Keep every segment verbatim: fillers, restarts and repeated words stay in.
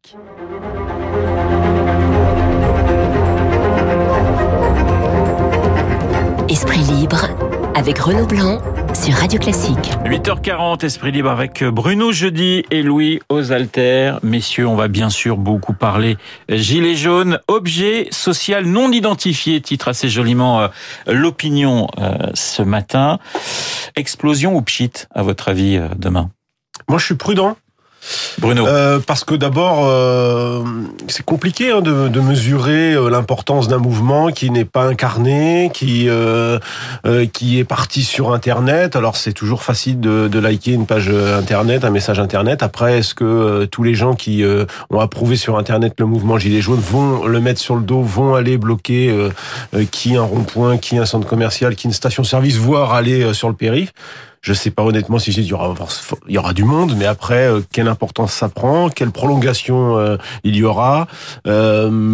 Classique. Esprit libre avec Renaud Blanc sur Radio Classique. huit heures quarante, Esprit libre avec Bruno Jeudi et Louis aux haltères. Messieurs, on va bien sûr beaucoup parler Gilets jaunes, objet social non identifié, titre assez joliment euh, l'opinion euh, ce matin. Explosion ou pchit, à votre avis, euh, demain? Moi, je suis prudent. Bruno. Euh, parce que d'abord, euh, c'est compliqué hein, de, de mesurer l'importance d'un mouvement qui n'est pas incarné, qui euh, euh, qui est parti sur Internet. Alors c'est toujours facile de, de liker une page Internet, un message Internet. Après, est-ce que euh, tous les gens qui euh, ont approuvé sur Internet le mouvement Gilets jaunes vont le mettre sur le dos, vont aller bloquer euh, euh, qui un rond-point, qui un centre commercial, qui une station-service, voire aller euh, sur le périph'? Je sais pas honnêtement si il y aura il y aura du monde, mais après euh, quelle importance ça prend, quelle prolongation euh, il y aura. Euh,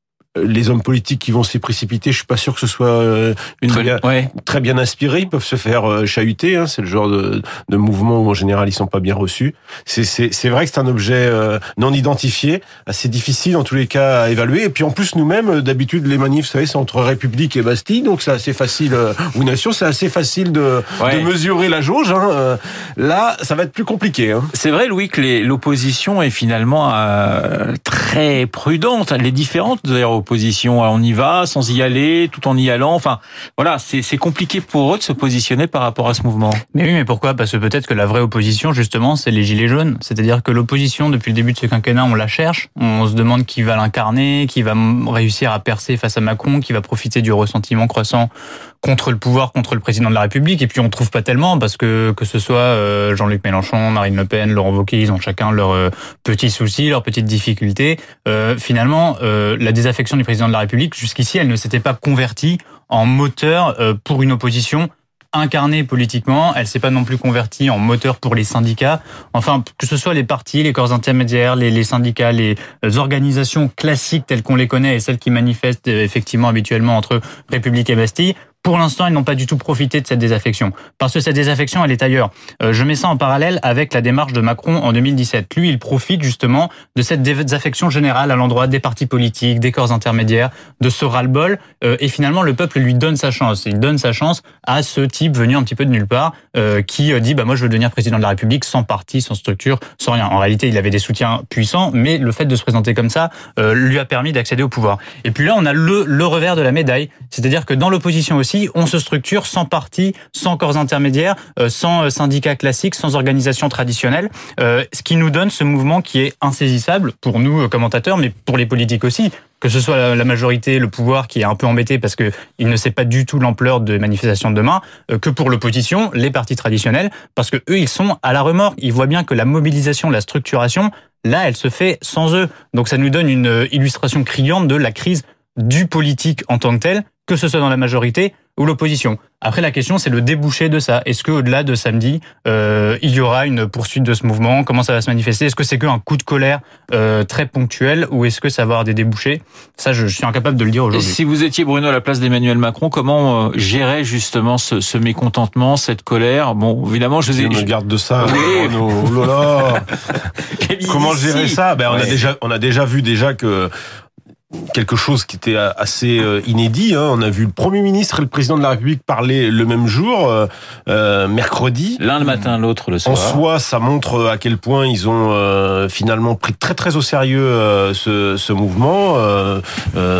les hommes politiques qui vont s'y précipiter, je suis pas sûr que ce soit euh, Une très, bonne... bien, ouais. très bien inspiré. Ils peuvent se faire euh, chahuter. Hein, c'est le genre de, de mouvement où en général ils sont pas bien reçus. C'est, c'est, c'est vrai que c'est un objet euh, non identifié, assez difficile en tous les cas à évaluer. Et puis en plus nous-mêmes, d'habitude les manifs, vous savez, c'est entre République et Bastille, donc c'est assez facile euh, ou Nation, c'est assez facile de, ouais. de mesurer la jauge. Hein. Là, ça va être plus compliqué. Hein. C'est vrai, Louis, que les, l'opposition est finalement euh, très prudente. Les différentes d'ailleurs opposition, on y va sans y aller, tout en y allant. Enfin, voilà, c'est, c'est compliqué pour eux de se positionner par rapport à ce mouvement. Mais oui, mais pourquoi ? Parce que peut-être que la vraie opposition, justement, c'est les gilets jaunes. C'est-à-dire que l'opposition, depuis le début de ce quinquennat, on la cherche. On se demande qui va l'incarner, qui va réussir à percer face à Macron, qui va profiter du ressentiment croissant contre le pouvoir, contre le président de la République. Et puis on ne trouve pas tellement, parce que que ce soit euh, Jean-Luc Mélenchon, Marine Le Pen, Laurent Wauquiez, ils ont chacun leurs euh, petits soucis, leurs petites difficultés. Euh, finalement, euh, la désaffection du président de la République, jusqu'ici, elle ne s'était pas convertie en moteur euh, pour une opposition incarnée politiquement. Elle s'est pas non plus convertie en moteur pour les syndicats. Enfin, que ce soit les partis, les corps intermédiaires, les, les syndicats, les organisations classiques telles qu'on les connaît et celles qui manifestent effectivement habituellement entre République et Bastille, pour l'instant, ils n'ont pas du tout profité de cette désaffection. Parce que cette désaffection, elle est ailleurs. Euh, je mets ça en parallèle avec la démarche de Macron en deux mille dix-sept. Lui, il profite justement de cette désaffection générale à l'endroit des partis politiques, des corps intermédiaires, de ce ras-le-bol. Euh, et finalement, le peuple lui donne sa chance. Il donne sa chance à ce type venu un petit peu de nulle part, euh, qui dit, bah moi, je veux devenir président de la République sans parti, sans structure, sans rien. En réalité, il avait des soutiens puissants, mais le fait de se présenter comme ça euh, lui a permis d'accéder au pouvoir. Et puis là, on a le, le revers de la médaille. C'est-à-dire que dans l'opposition aussi, on se structure sans parti, sans corps intermédiaires, euh, sans syndicats classiques, sans organisation traditionnelle, euh, ce qui nous donne ce mouvement qui est insaisissable pour nous euh, commentateurs, mais pour les politiques aussi, que ce soit la majorité, le pouvoir qui est un peu embêté parce que il ne sait pas du tout l'ampleur de manifestations de demain, euh, que pour l'opposition, les partis traditionnels, parce que eux ils sont à la remorque, ils voient bien que la mobilisation, la structuration, là elle se fait sans eux. Donc ça nous donne une illustration criante de la crise du politique en tant que tel, que ce soit dans la majorité ou l'opposition. Après, la question, c'est le débouché de ça. Est-ce qu'au-delà de samedi, euh, il y aura une poursuite de ce mouvement ? Comment ça va se manifester ? Est-ce que c'est qu'un coup de colère euh, très ponctuel ou est-ce que ça va avoir des débouchés ? Ça, je, je suis incapable de le dire aujourd'hui. Et si vous étiez, Bruno, à la place d'Emmanuel Macron, comment euh, gérer justement ce, ce mécontentement, cette colère ? Bon, évidemment, je vous ai... Je me garde de ça. Oui. Oh, oh là là. Comment gérer ça ? Ben, on ouais. a déjà, on a déjà vu déjà que quelque chose qui était assez inédit. Hein. On a vu le Premier ministre et le Président de la République parler le même jour, euh, mercredi. L'un le matin, l'autre le soir. En soi, ça montre à quel point ils ont euh, finalement pris très très au sérieux euh, ce, ce mouvement. Euh, euh,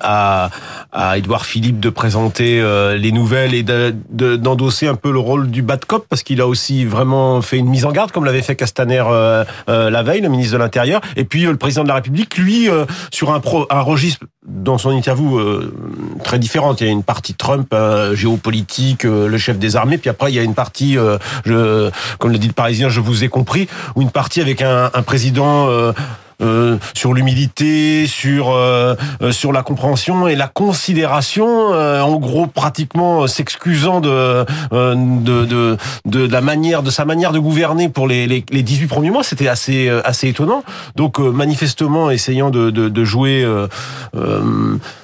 à, à Édouard Philippe de présenter euh, les nouvelles et de, de, d'endosser un peu le rôle du bad cop, parce qu'il a aussi vraiment fait une mise en garde, comme l'avait fait Castaner euh, euh, la veille, le ministre de l'Intérieur. Et puis euh, le Président de la République, lui, euh, sur un, pro, un registre, dans son interview, euh, très différente. Il y a une partie Trump, euh, géopolitique, euh, le chef des armées, puis après il y a une partie, euh, je, comme le dit le Parisien, je vous ai compris, ou une partie avec un, un président... Euh, Euh, sur l'humilité, sur euh, sur la compréhension et la considération, euh, en gros pratiquement s'excusant de, euh, de de de la manière de sa manière de gouverner pour les les, les dix-huit premiers mois, c'était assez assez étonnant. Donc euh, manifestement essayant de de, de jouer euh, euh,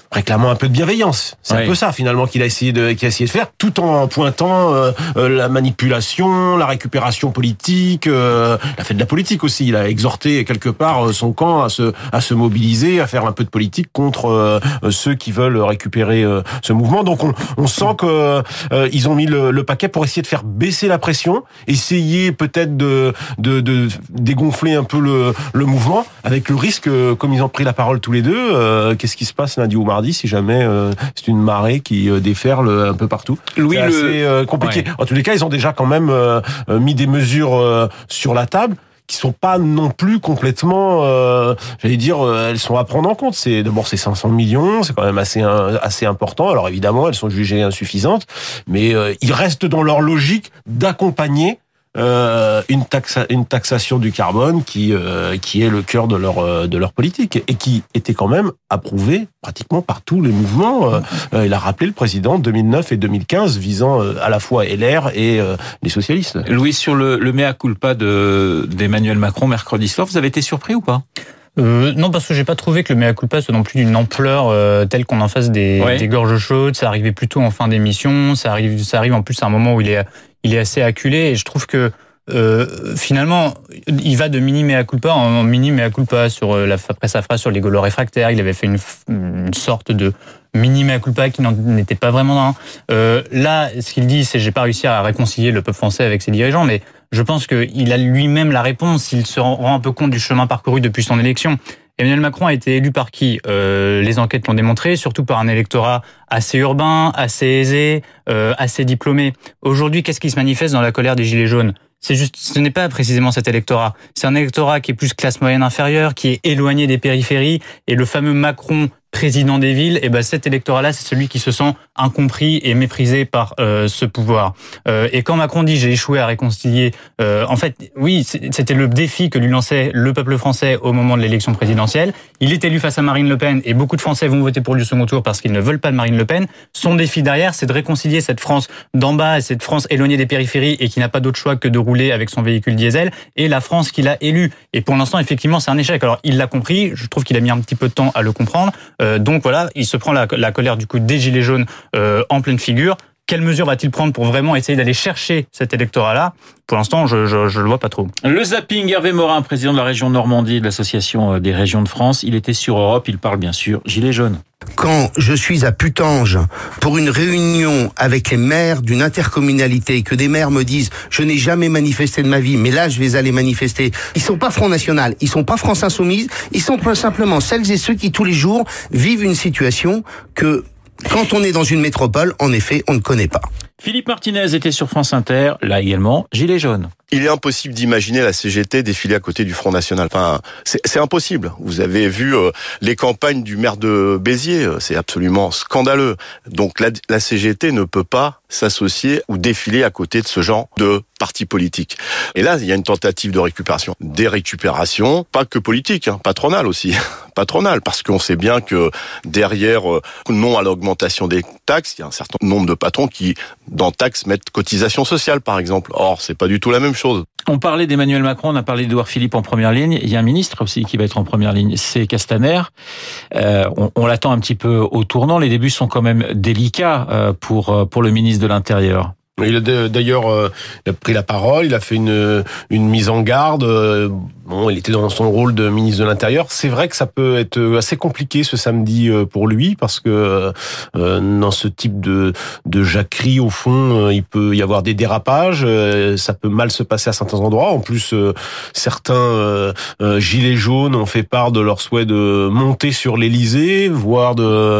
réclamant un peu de bienveillance. C'est ouais. un peu ça finalement qu'il a essayé de, qu'il a essayé de faire, tout en pointant euh, euh, la manipulation, la récupération politique. Euh, il a fait de la politique aussi. Il a exhorté quelque part son camp à se, à se mobiliser, à faire un peu de politique contre euh, ceux qui veulent récupérer euh, ce mouvement. Donc on, on sent que euh, ils ont mis le, le paquet pour essayer de faire baisser la pression, essayer peut-être de, de, de dégonfler un peu le, le mouvement, avec le risque, comme ils ont pris la parole tous les deux, euh, qu'est-ce qui se passe lundi ou mardi si jamais euh, c'est une marée qui euh, déferle un peu partout. Louis, c'est le... assez euh, compliqué. Ouais. En tous les cas, ils ont déjà quand même euh, mis des mesures euh, sur la table qui sont pas non plus complètement, euh, j'allais dire, euh, elles sont à prendre en compte. C'est d'abord c'est cinq cents millions, c'est quand même assez assez important. Alors évidemment, elles sont jugées insuffisantes, mais euh, ils restent dans leur logique d'accompagner Euh, une, taxa, une taxation du carbone qui euh, qui est le cœur de leur euh, de leur politique et qui était quand même approuvée pratiquement par tous les mouvements. Euh, il a rappelé le président deux mille neuf et deux mille quinze visant euh, à la fois L R et euh, les socialistes. Louis, sur le, le mea culpa de d'Emmanuel Macron mercredi soir, vous avez été surpris ou pas? Euh, non, parce que j'ai pas trouvé que le mea culpa soit non plus d'une ampleur euh, telle qu'on en fasse des, ouais. des gorges chaudes. Ça arrivait plutôt en fin d'émission. Ça arrive, ça arrive en plus à un moment où il est, il est assez acculé. Et je trouve que euh, finalement, il va de mini mea culpa en mini mea culpa sur la, après sa phrase sur les Gaulois réfractaires. Il avait fait une, une sorte de mini mea culpa qui n'en était pas vraiment un. Euh, là, ce qu'il dit, c'est j'ai pas réussi à réconcilier le peuple français avec ses dirigeants, mais je pense qu'il a lui-même la réponse s'il se rend un peu compte du chemin parcouru depuis son élection. Emmanuel Macron a été élu par qui? euh, Les enquêtes l'ont démontré, surtout par un électorat assez urbain, assez aisé, euh, assez diplômé. Aujourd'hui, qu'est-ce qui se manifeste dans la colère des Gilets jaunes? C'est juste, ce n'est pas précisément cet électorat. C'est un électorat qui est plus classe moyenne inférieure, qui est éloigné des périphéries, et le fameux Macron président des villes, et ben cet électorat-là, c'est celui qui se sent incompris et méprisé par euh, ce pouvoir. Euh, et quand Macron dit j'ai échoué à réconcilier, euh, en fait, oui, c'était le défi que lui lançait le peuple français au moment de l'élection présidentielle. Il est élu face à Marine Le Pen, et beaucoup de Français vont voter pour lui au second tour parce qu'ils ne veulent pas de Marine Le Pen. Son défi derrière, c'est de réconcilier cette France d'en bas, cette France éloignée des périphéries et qui n'a pas d'autre choix que de rouler avec son véhicule diesel, et la France qu'il a élue. Et pour l'instant, effectivement, c'est un échec. Alors, il l'a compris. Je trouve qu'il a mis un petit peu de temps à le comprendre. Euh, donc voilà, il se prend la, la colère du coup des Gilets jaunes euh, en pleine figure. Quelles mesures va-t-il prendre pour vraiment essayer d'aller chercher cet électorat-là? Pour l'instant, je, je, je le vois pas trop. Le zapping, Hervé Morin, président de la région Normandie, de l'association des régions de France, il était sur Europe, il parle bien sûr Gilets jaunes. Quand je suis à Putange pour une réunion avec les maires d'une intercommunalité, que des maires me disent je n'ai jamais manifesté de ma vie, mais là je vais aller manifester, ils sont pas Front National, ils sont pas France Insoumise, ils sont simplement celles et ceux qui tous les jours vivent une situation que quand on est dans une métropole, en effet, on ne connaît pas. Philippe Martinez était sur France Inter, là également, Gilets jaunes. Il est impossible d'imaginer la C G T défiler à côté du Front National. Enfin, c'est, c'est impossible. Vous avez vu euh, les campagnes du maire de Béziers, c'est absolument scandaleux. Donc la, la C G T ne peut pas s'associer ou défiler à côté de ce genre de parti politique. Et là, il y a une tentative de récupération. Des récupérations, pas que politiques, hein, patronales aussi. Patronales, parce qu'on sait bien que derrière euh, non à l'augmentation des taxes, il y a un certain nombre de patrons qui, dans taxes, mettent cotisation sociale, par exemple. Or, c'est pas du tout la même chose. On parlait d'Emmanuel Macron, on a parlé d'Édouard Philippe en première ligne. Il y a un ministre aussi qui va être en première ligne, c'est Castaner. Euh, on, on l'attend un petit peu au tournant. Les débuts sont quand même délicats euh, pour pour le ministre de l'Intérieur. Il a d'ailleurs euh, il a pris la parole, il a fait une une mise en garde. Euh, bon, il était dans son rôle de ministre de l'Intérieur. C'est vrai que ça peut être assez compliqué ce samedi pour lui parce que euh, dans ce type de de jacquerie, au fond, euh, il peut y avoir des dérapages. Euh, ça peut mal se passer à certains endroits. En plus, euh, certains euh, euh, gilets jaunes ont fait part de leur souhait de monter sur l'Élysée, voire de,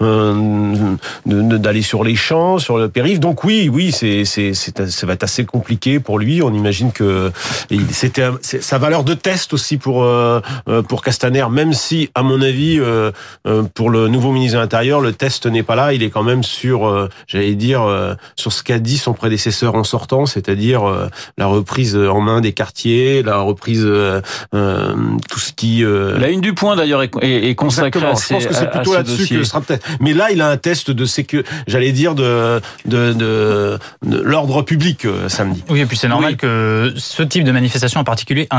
euh, de, de d'aller sur les champs, sur le périph'. Donc oui, oui. C'est C'est, c'est, c'est, ça va être assez compliqué pour lui. On imagine que c'était c'est, sa valeur de test aussi pour euh, pour Castaner, même si, à mon avis, euh, pour le nouveau ministre de l'Intérieur, le test n'est pas là. Il est quand même sur, euh, j'allais dire, euh, sur ce qu'a dit son prédécesseur en sortant, c'est-à-dire euh, la reprise en main des quartiers, la reprise euh, euh, tout ce qui. Euh... La une du Point d'ailleurs est, est, est consacrée à ces, je pense que c'est plutôt là-dessus dossier. que ce sera peut-être. Mais là, il a un test de sécurité, j'allais dire de de, de l'ordre public euh, samedi. Oui, et puis c'est normal oui. que ce type de manifestation en particulier inquiète le pouvoir.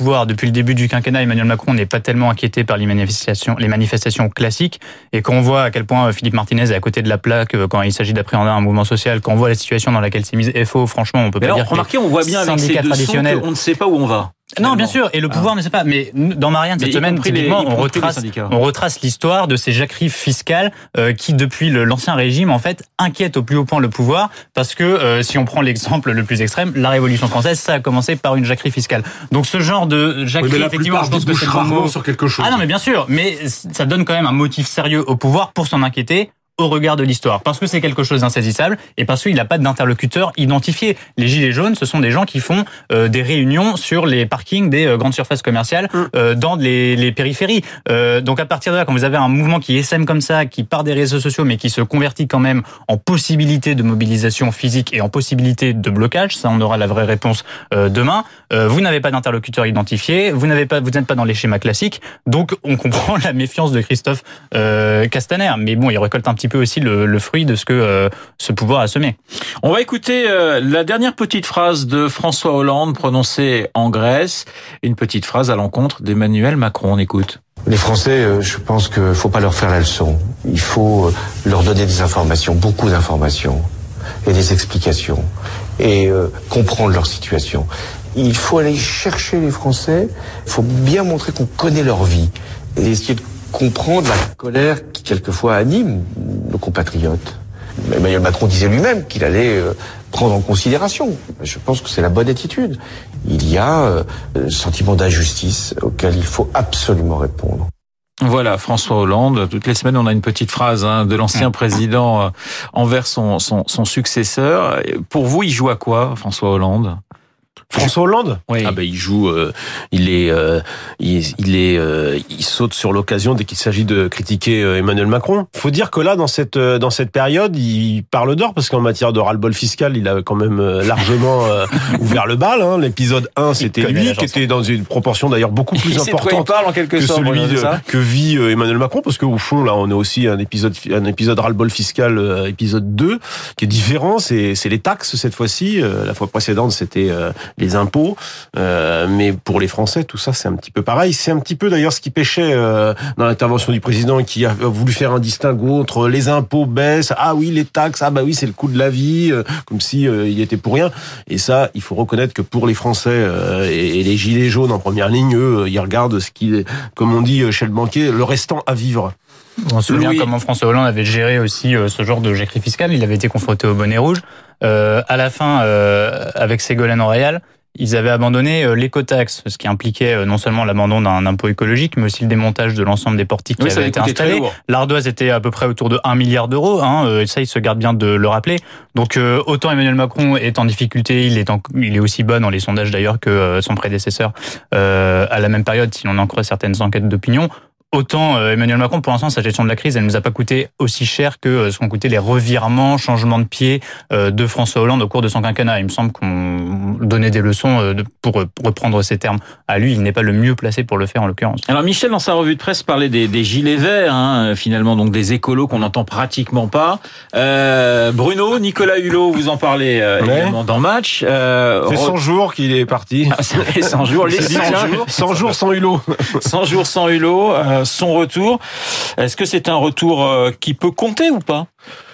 pouvoir. Depuis le début du quinquennat, Emmanuel Macron n'est pas tellement inquiété par les manifestations, les manifestations classiques. Et quand on voit à quel point Philippe Martinez est à côté de la plaque quand il s'agit d'appréhender un mouvement social, quand on voit la situation dans laquelle s'est mise F O, franchement, on peut Mais pas alors, dire. Remarquez, on voit bien avec ces deux sons qu'on ne sait pas où on va. Non, bien sûr, et le pouvoir ah. ne sait pas. Mais dans Marianne, cette semaine, typiquement, on retrace, on retrace l'histoire de ces jacqueries fiscales euh, qui, depuis le, l'ancien régime, en fait, inquiètent au plus haut point le pouvoir, parce que euh, si on prend l'exemple le plus extrême, la Révolution française, ça a commencé par une jacquerie fiscale. Donc ce genre de jacquerie, oui, effectivement, je pense que c'est rarement sur quelque chose. Ah non, mais bien sûr, mais ça donne quand même un motif sérieux au pouvoir pour s'en inquiéter au regard de l'histoire, parce que c'est quelque chose d'insaisissable et parce qu'il n'a pas d'interlocuteur identifié. Les gilets jaunes, ce sont des gens qui font euh, des réunions sur les parkings des euh, grandes surfaces commerciales euh, dans les, les périphéries. Euh, donc à partir de là, quand vous avez un mouvement qui essaime comme ça, qui part des réseaux sociaux, mais qui se convertit quand même en possibilité de mobilisation physique et en possibilité de blocage, ça on aura la vraie réponse euh, demain, euh, vous n'avez pas d'interlocuteur identifié, vous n'avez pas, vous n'êtes pas dans les schémas classiques, donc on comprend la méfiance de Christophe euh, Castaner. Mais bon, il récolte un petit peu aussi le, le fruit de ce que euh, ce pouvoir a semé. On va écouter euh, la dernière petite phrase de François Hollande prononcée en Grèce, une petite phrase à l'encontre d'Emmanuel Macron. On écoute. Les Français, je pense qu'il ne faut pas leur faire la leçon. Il faut leur donner des informations, beaucoup d'informations et des explications et euh, comprendre leur situation. Il faut aller chercher les Français, il faut bien montrer qu'on connaît leur vie et essayer de comprendre la colère qui quelquefois anime nos compatriotes. Emmanuel Macron disait lui-même qu'il allait prendre en considération. Je pense que c'est la bonne attitude. Il y a un sentiment d'injustice auquel il faut absolument répondre. Voilà, François Hollande. Toutes les semaines, on a une petite phrase hein, de l'ancien président envers son, son, son successeur. Pour vous, il joue à quoi, François Hollande ? François Hollande, oui. Ah ben il joue, euh, il est, euh, il, il est, euh, il saute sur l'occasion dès qu'il s'agit de critiquer euh, Emmanuel Macron. Faut dire que là, dans cette, euh, dans cette période, il parle d'or parce qu'en matière de ras-le-bol fiscal, il a quand même euh, largement euh, ouvert le bal. Hein. L'épisode un, c'était lui qui était dans une proportion d'ailleurs beaucoup plus importante parle, en quelque que sorte, celui de, ça que vit euh, Emmanuel Macron, parce qu'au fond, là, on a aussi un épisode, un épisode ras-le-bol fiscal, euh, épisode deux, qui est différent. C'est, c'est les taxes cette fois-ci. Euh, la fois précédente, c'était euh, les impôts. Euh, mais pour les Français, tout ça, c'est un petit peu pareil. C'est un petit peu d'ailleurs ce qui pêchait euh, dans l'intervention du président, qui a voulu faire un distinguo entre les impôts baissent, ah oui, les taxes, ah bah oui, c'est le coût de la vie, euh, comme si euh, il était pour rien. Et ça, il faut reconnaître que pour les Français euh, et, et les gilets jaunes en première ligne, eux, ils regardent ce qui, comme on dit chez le banquier, le restant à vivre. On se souvient comment François Hollande avait géré aussi euh, ce genre de jacquerie fiscale. Il avait été confronté au bonnet rouge. Euh, à la fin, euh, avec Ségolène Royal, ils avaient abandonné l'écotaxe, ce qui impliquait non seulement l'abandon d'un impôt écologique, mais aussi le démontage de l'ensemble des portiques qui oui, avaient été installés. L'ardoise était à peu près autour de un milliard d'euros, hein, et ça, il se garde bien de le rappeler. Donc, euh, autant Emmanuel Macron est en difficulté, il est, en, il est aussi bas dans les sondages d'ailleurs que euh, son prédécesseur euh, à la même période, si l'on en croit certaines enquêtes d'opinion. Autant euh, Emmanuel Macron, pour l'instant, sa gestion de la crise, elle ne nous a pas coûté aussi cher que euh, ce qu'ont coûté les revirements, changements de pied euh, de François Hollande au cours de son quinquennat. Il me semble qu'on donnait des leçons euh, de, pour euh, reprendre ces termes. À lui, il n'est pas le mieux placé pour le faire, en l'occurrence. Alors Michel, dans sa revue de presse, parlait des, des gilets verts, hein, finalement, donc des écolos qu'on n'entend pratiquement pas. Euh, Bruno, Nicolas Hulot, vous en parlez euh, ouais. évidemment dans Match. Euh, c'est cent jours qu'il est parti. Ah, c'est cent jours, les cent jours. cent jours sans Hulot. cent jours sans Hulot. Euh, son retour. Est-ce que c'est un retour qui peut compter ou pas ?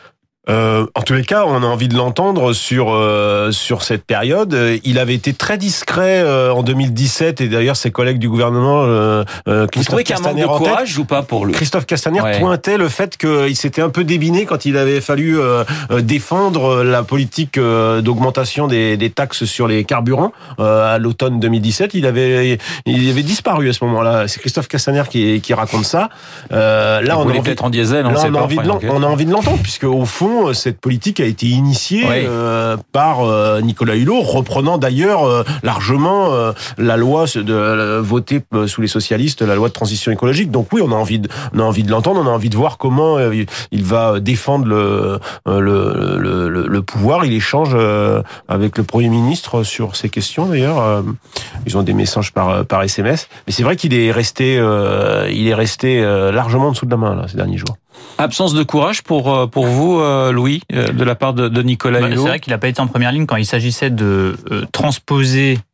Euh, en tous les cas, on a envie de l'entendre sur euh, sur cette période. Il avait été très discret euh, en deux mille dix-sept et d'ailleurs ses collègues du gouvernement, euh, euh, Christophe Vous trouvez qu'il y a un manque de courage ou pas pour lui ? Christophe Castaner ouais. pointait le fait qu'il s'était un peu débiné quand il avait fallu euh, défendre la politique euh, d'augmentation des, des taxes sur les carburants euh, à l'automne deux mille dix-sept. Il avait il avait disparu à ce moment-là. C'est Christophe Castaner qui qui raconte ça. Euh, là, on, on est peut-être en diesel. On, là, sait on, pas, a envie de on a envie de l'entendre puisque au fond cette politique a été initiée oui. euh, par euh, Nicolas Hulot, reprenant d'ailleurs euh, largement euh, la loi de euh, votée sous les socialistes, la loi de transition écologique. Donc oui, on a envie de, on a envie de l'entendre, on a envie de voir comment euh, il va défendre le, euh, le, le, le, le pouvoir. Il échange euh, avec le Premier ministre sur ces questions d'ailleurs. Euh, ils ont des messages par par S M S. Mais c'est vrai qu'il est resté, euh, il est resté euh, largement en dessous de la main là ces derniers jours. Absence de courage pour pour vous, Louis, de la part de, de Nicolas Hulot. Bah, c'est vrai qu'il n'a pas été en première ligne quand il s'agissait de euh, transposer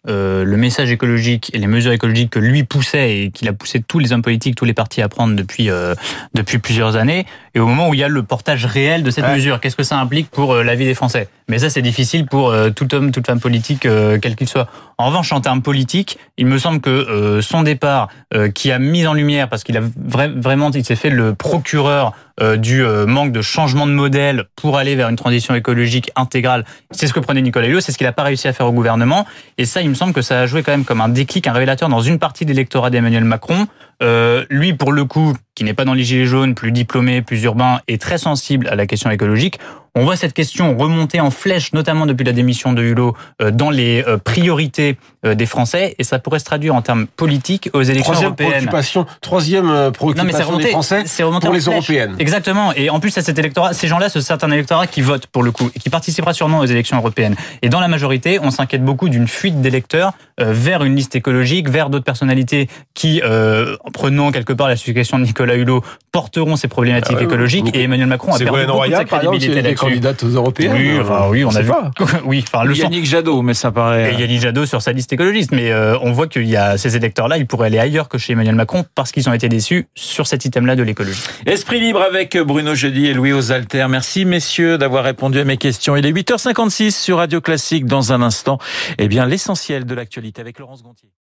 euh, le message écologique et les mesures écologiques que lui poussait et qu'il a poussé tous les hommes politiques, tous les partis à prendre depuis euh, depuis plusieurs années, et au moment où il y a le portage réel de cette ouais. mesure, qu'est-ce que ça implique pour euh, la vie des Français? Mais ça, c'est difficile pour euh, tout homme, toute femme politique, euh, quel qu'il soit. En revanche, en termes politiques, il me semble que euh, son départ, euh, qui a mis en lumière, parce qu'il a vra- vraiment, il s'est fait le procureur euh, du euh, manque de changement de modèle pour aller vers une transition écologique intégrale. C'est ce que prenait Nicolas Hulot, c'est ce qu'il n'a pas réussi à faire au gouvernement. Et ça, il me semble que ça a joué quand même comme un déclic, un révélateur dans une partie de l'électorat d'Emmanuel Macron. Euh, lui, pour le coup, qui n'est pas dans les gilets jaunes, plus diplômé, plus urbain, et très sensible à la question écologique. On voit cette question remonter en flèche, notamment depuis la démission de Hulot, euh, dans les euh, priorités euh, des Français, et ça pourrait se traduire en termes politiques aux élections troisième européennes. Préoccupation, troisième euh, préoccupation non, mais remonté, des Français pour les européennes. Exactement. Et en plus, à cet électorat, ces gens-là, ce certain électorat qui vote pour le coup et qui participera sûrement aux élections européennes. Et dans la majorité, on s'inquiète beaucoup d'une fuite d'électeurs euh, vers une liste écologique, vers d'autres personnalités qui, euh, en prenant quelque part la succession de Nicolas Hulot, porteront ces problématiques ah ouais, écologiques. Et Emmanuel Macron a perdu beaucoup de sa crédibilité là-dessus. Candidate aux européennes. Oui, enfin, oui, on, on a vu. Pas. Oui, enfin, le Yannick Jadot, mais ça paraît. Et Yannick Jadot sur sa liste écologiste, mais euh, on voit qu'il y a ces électeurs-là, ils pourraient aller ailleurs que chez Emmanuel Macron parce qu'ils ont été déçus sur cet item-là de l'écologie. Esprit libre avec Bruno Jeudi et Louis Osalter. Merci messieurs d'avoir répondu à mes questions. Il est huit heures cinquante-six sur Radio Classique. Dans un instant, eh bien l'essentiel de l'actualité avec Laurence Gontier.